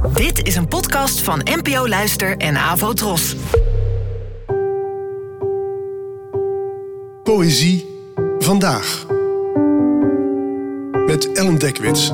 Dit is een podcast van NPO Luister en Avo Tros. Poëzie vandaag. Met Ellen Dekwits.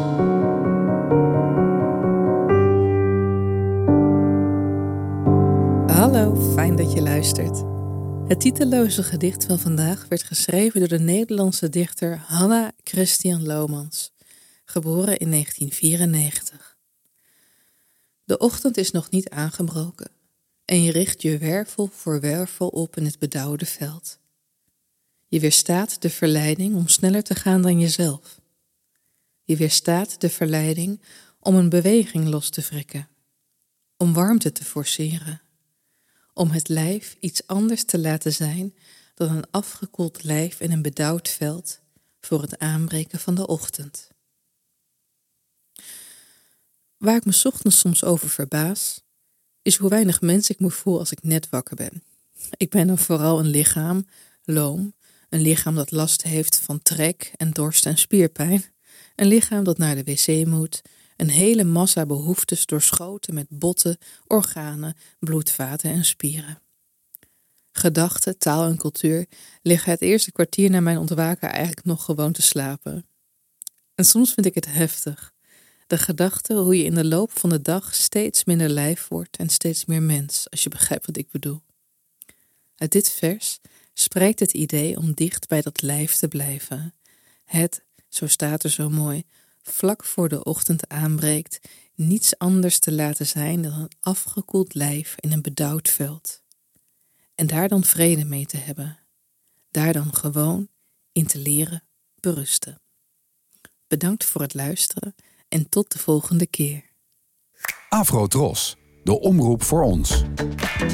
Hallo, fijn dat je luistert. Het titelloze gedicht van vandaag werd geschreven door de Nederlandse dichter Hanna Christian Lomans, geboren in 1994. De ochtend is nog niet aangebroken en je richt je wervel voor wervel op in het bedauwde veld. Je weerstaat de verleiding om sneller te gaan dan jezelf. Je weerstaat de verleiding om een beweging los te wrikken, om warmte te forceren, om het lijf iets anders te laten zijn dan een afgekoeld lijf in een bedauwd veld voor het aanbreken van de ochtend. Waar ik me 's ochtends soms over verbaas, is hoe weinig mens ik me voel als ik net wakker ben. Ik ben dan vooral een lichaam, loom, een lichaam dat last heeft van trek en dorst en spierpijn, een lichaam dat naar de wc moet, een hele massa behoeftes doorschoten met botten, organen, bloedvaten en spieren. Gedachten, taal en cultuur liggen het eerste kwartier na mijn ontwaken eigenlijk nog gewoon te slapen. En soms vind ik het heftig. De gedachte hoe je in de loop van de dag steeds minder lijf wordt en steeds meer mens, als je begrijpt wat ik bedoel. Uit dit vers spreekt het idee om dicht bij dat lijf te blijven. Het, zo staat er zo mooi, vlak voor de ochtend aanbreekt, niets anders te laten zijn dan een afgekoeld lijf in een bedauwd veld. En daar dan vrede mee te hebben. Daar dan gewoon in te leren berusten. Bedankt voor het luisteren en tot de volgende keer. Avo Tros, de omroep voor ons.